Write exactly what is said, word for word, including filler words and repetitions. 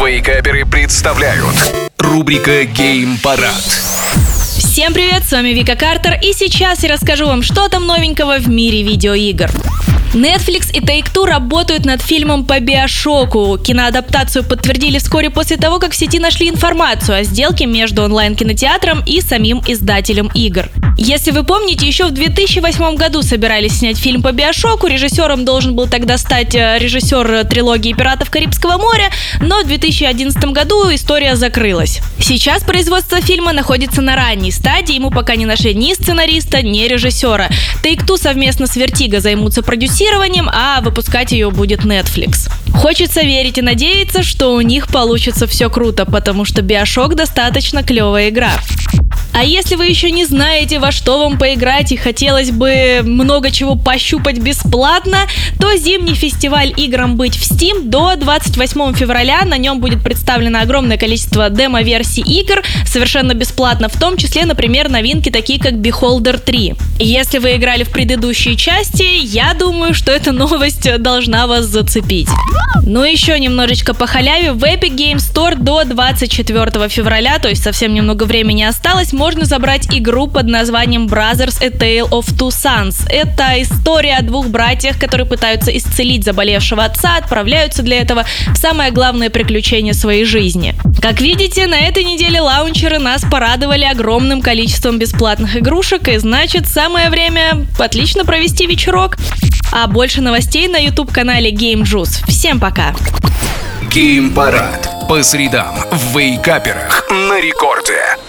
Вейкаперы представляют рубрика «Геймпарад». Всем привет, с вами Вика Картер, и сейчас я расскажу вам, что там новенького в мире видеоигр. Netflix и Take-Two работают над фильмом по Биошоку. Киноадаптацию подтвердили вскоре после того, как в сети нашли информацию о сделке между онлайн-кинотеатром и самим издателем игр. Если вы помните, еще в две тысячи восьмом году собирались снять фильм по Биошоку. Режиссером должен был тогда стать режиссер трилогии «Пиратов Карибского моря», но в две тысячи одиннадцатом году история закрылась. Сейчас производство фильма находится на ранней стадии, ему пока не нашли ни сценариста, ни режиссера. Take-Two совместно с Vertigo займутся продюсированием, а выпускать ее будет Netflix. Хочется верить и надеяться, что у них получится все круто, потому что Биошок достаточно клевая игра. А если вы еще не знаете, во что вам поиграть и хотелось бы много чего пощупать бесплатно, то зимний фестиваль играм быть в Steam до двадцать восьмого февраля. На нем будет представлено огромное количество демо-версий игр совершенно бесплатно, в том числе, например, новинки такие как Beholder три. Если вы играли в предыдущие части, я думаю, что эта новость должна вас зацепить. Ну и еще немножечко по халяве. В Epic Games Store до двадцать четвёртого февраля, то есть совсем немного времени осталось, можно забрать игру под названием Brothers: A Tale of Two Sons. Это история о двух братьях, которые пытаются исцелить заболевшего отца, отправляются для этого в самое главное приключение своей жизни. Как видите, на этой неделе лаунчеры нас порадовали огромным количеством бесплатных игрушек, и значит, самое время отлично провести вечерок. А больше новостей на YouTube-канале Game Juice. Всем пока! Геймпарад по средам в Вейкаперах на рекорде.